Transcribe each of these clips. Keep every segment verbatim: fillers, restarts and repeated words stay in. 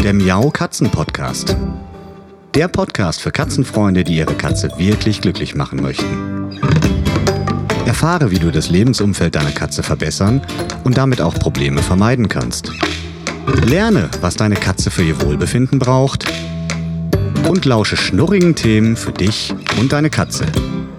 der Miau Katzen Podcast. Der Podcast für Katzenfreunde, die ihre Katze wirklich glücklich machen möchten. Erfahre, wie du das Lebensumfeld deiner Katze verbessern und damit auch Probleme vermeiden kannst. Lerne, was deine Katze für ihr Wohlbefinden braucht und lausche schnurrigen Themen für dich und deine Katze.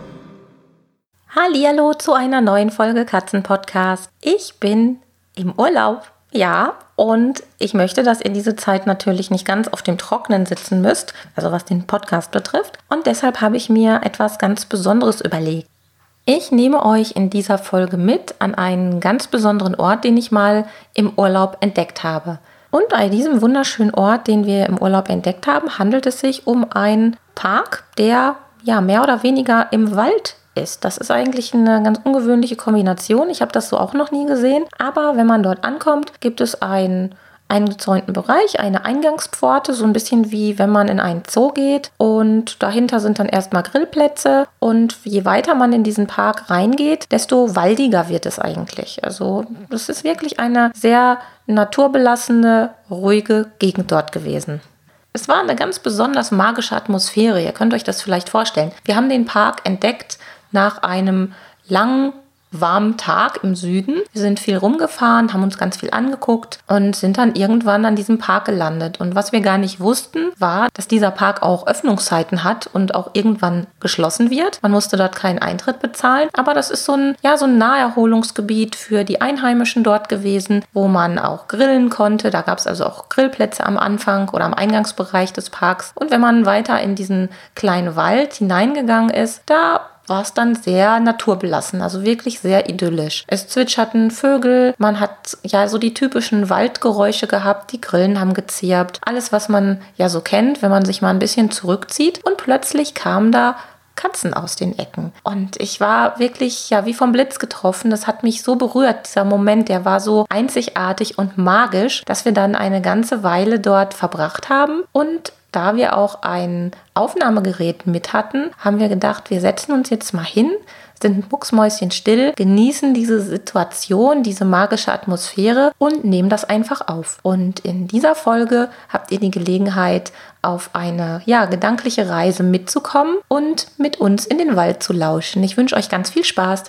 Hallihallo zu einer neuen Folge Katzenpodcast. Ich bin im Urlaub, ja, und ich möchte, dass ihr diese Zeit natürlich nicht ganz auf dem Trockenen sitzen müsst, also was den Podcast betrifft. Und deshalb habe ich mir etwas ganz Besonderes überlegt. Ich nehme euch in dieser Folge mit an einen ganz besonderen Ort, den ich mal im Urlaub entdeckt habe. Und bei diesem wunderschönen Ort, den wir im Urlaub entdeckt haben, handelt es sich um einen Park, der ja mehr oder weniger im Wald ist. Das ist eigentlich eine ganz ungewöhnliche Kombination. Ich habe das so auch noch nie gesehen. Aber wenn man dort ankommt, gibt es einen eingezäunten Bereich, eine Eingangspforte, so ein bisschen wie wenn man in einen Zoo geht. Und dahinter sind dann erstmal Grillplätze. Und je weiter man in diesen Park reingeht, desto waldiger wird es eigentlich. Also das ist wirklich eine sehr naturbelassene, ruhige Gegend dort gewesen. Es war eine ganz besonders magische Atmosphäre. Ihr könnt euch das vielleicht vorstellen. Wir haben den Park entdeckt nach einem langen, warmen Tag im Süden. Wir sind viel rumgefahren, haben uns ganz viel angeguckt und sind dann irgendwann an diesem Park gelandet. Und was wir gar nicht wussten, war, dass dieser Park auch Öffnungszeiten hat und auch irgendwann geschlossen wird. Man musste dort keinen Eintritt bezahlen, aber das ist so ein, ja, so ein Naherholungsgebiet für die Einheimischen dort gewesen, wo man auch grillen konnte. Da gab es also auch Grillplätze am Anfang oder am Eingangsbereich des Parks. Und wenn man weiter in diesen kleinen Wald hineingegangen ist, da war es dann sehr naturbelassen, also wirklich sehr idyllisch. Es zwitscherten Vögel, man hat ja so die typischen Waldgeräusche gehabt, die Grillen haben gezirpt, alles, was man ja so kennt, wenn man sich mal ein bisschen zurückzieht. Und plötzlich kamen da Katzen aus den Ecken. Und ich war wirklich ja wie vom Blitz getroffen. Das hat mich so berührt, dieser Moment, der war so einzigartig und magisch, dass wir dann eine ganze Weile dort verbracht haben. Und da wir auch ein Aufnahmegerät mit hatten, haben wir gedacht, wir setzen uns jetzt mal hin, sind mucksmäuschenstill, genießen diese Situation, diese magische Atmosphäre und nehmen das einfach auf. Und in dieser Folge habt ihr die Gelegenheit, auf eine ja, gedankliche Reise mitzukommen und mit uns in den Wald zu lauschen. Ich wünsche euch ganz viel Spaß.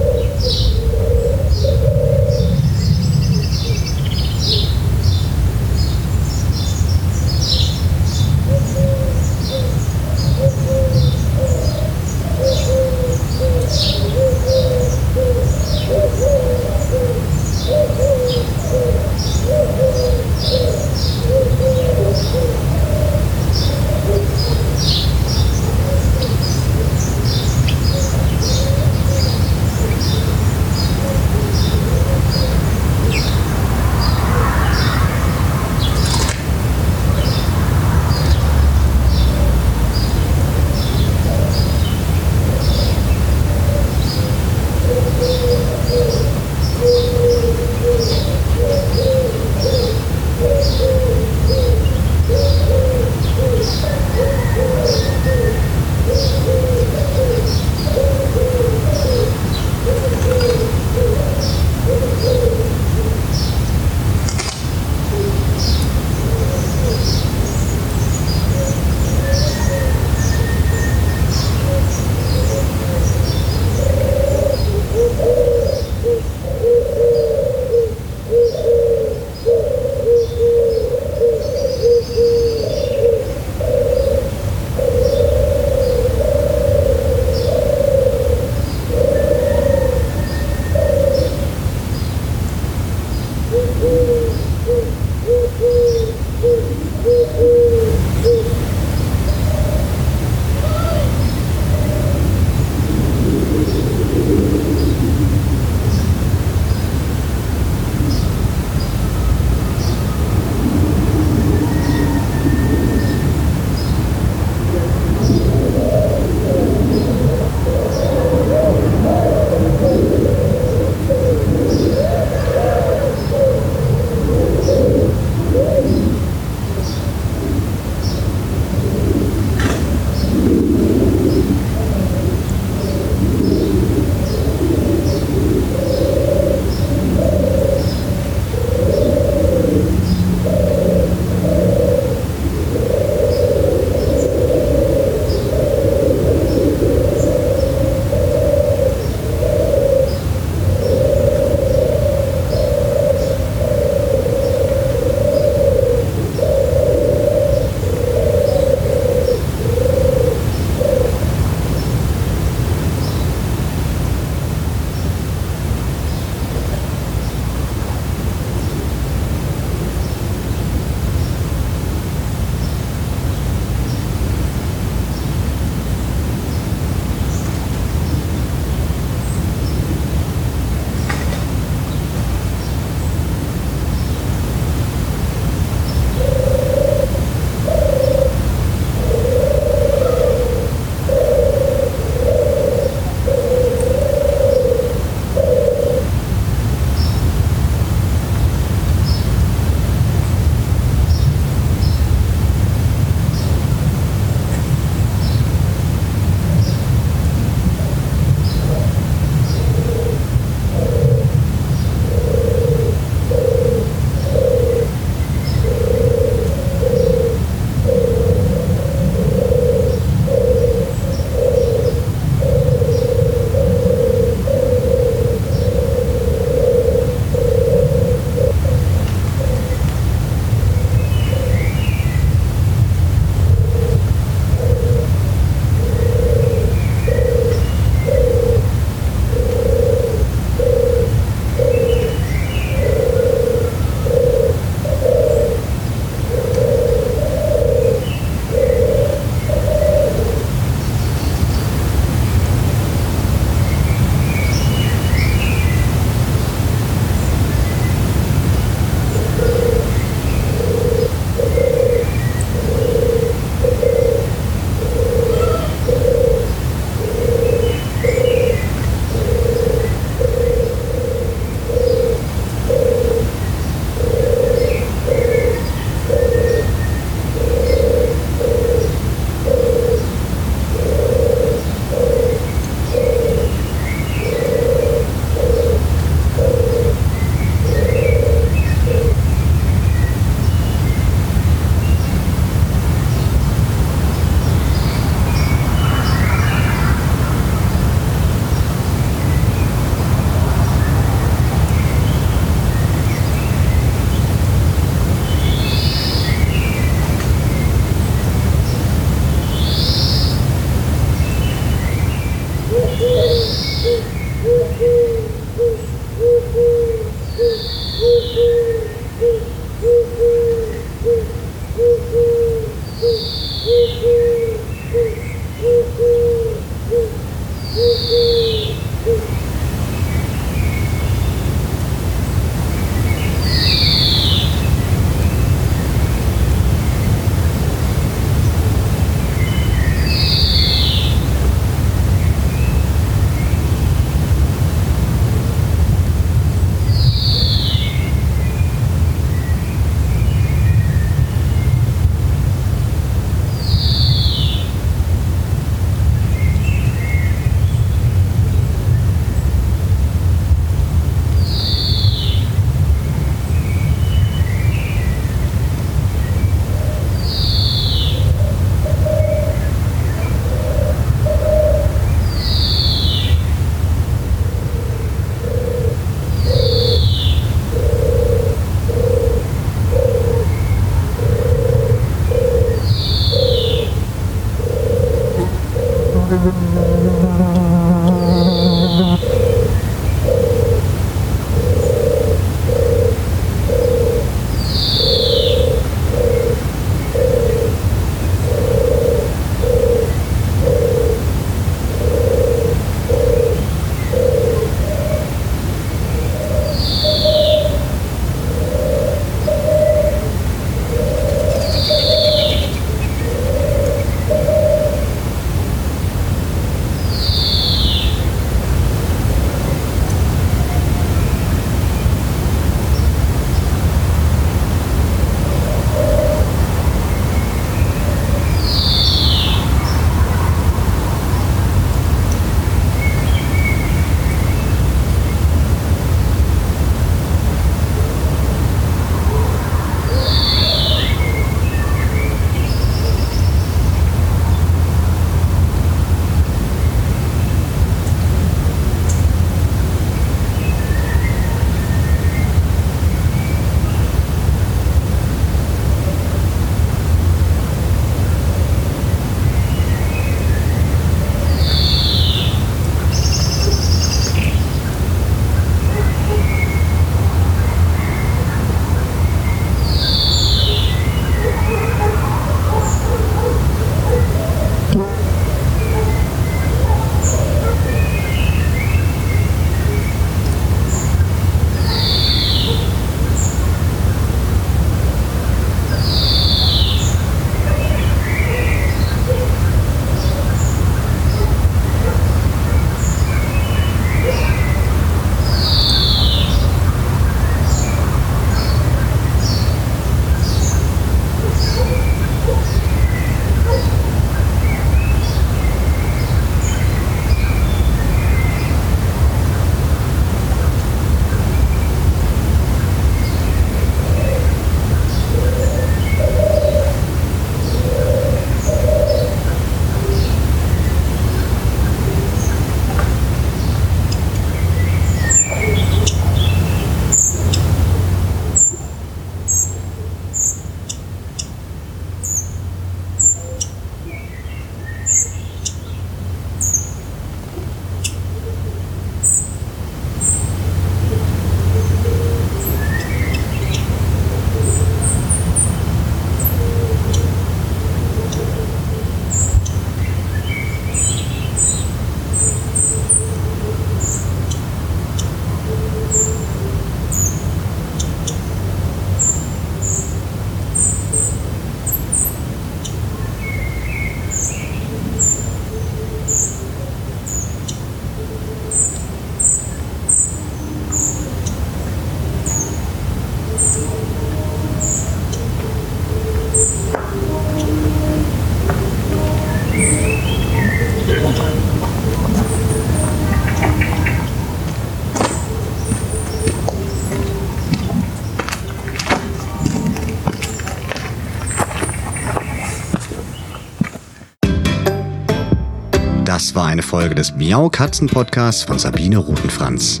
Das war eine Folge des Miau Katzen Podcasts von Sabine Rutenfranz.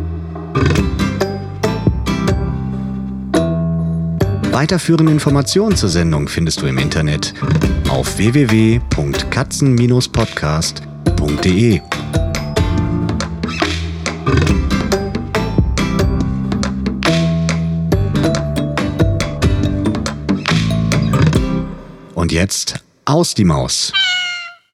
Weiterführende Informationen zur Sendung findest du im Internet auf w w w punkt katzen Bindestrich podcast punkt d e. Und jetzt aus die Maus.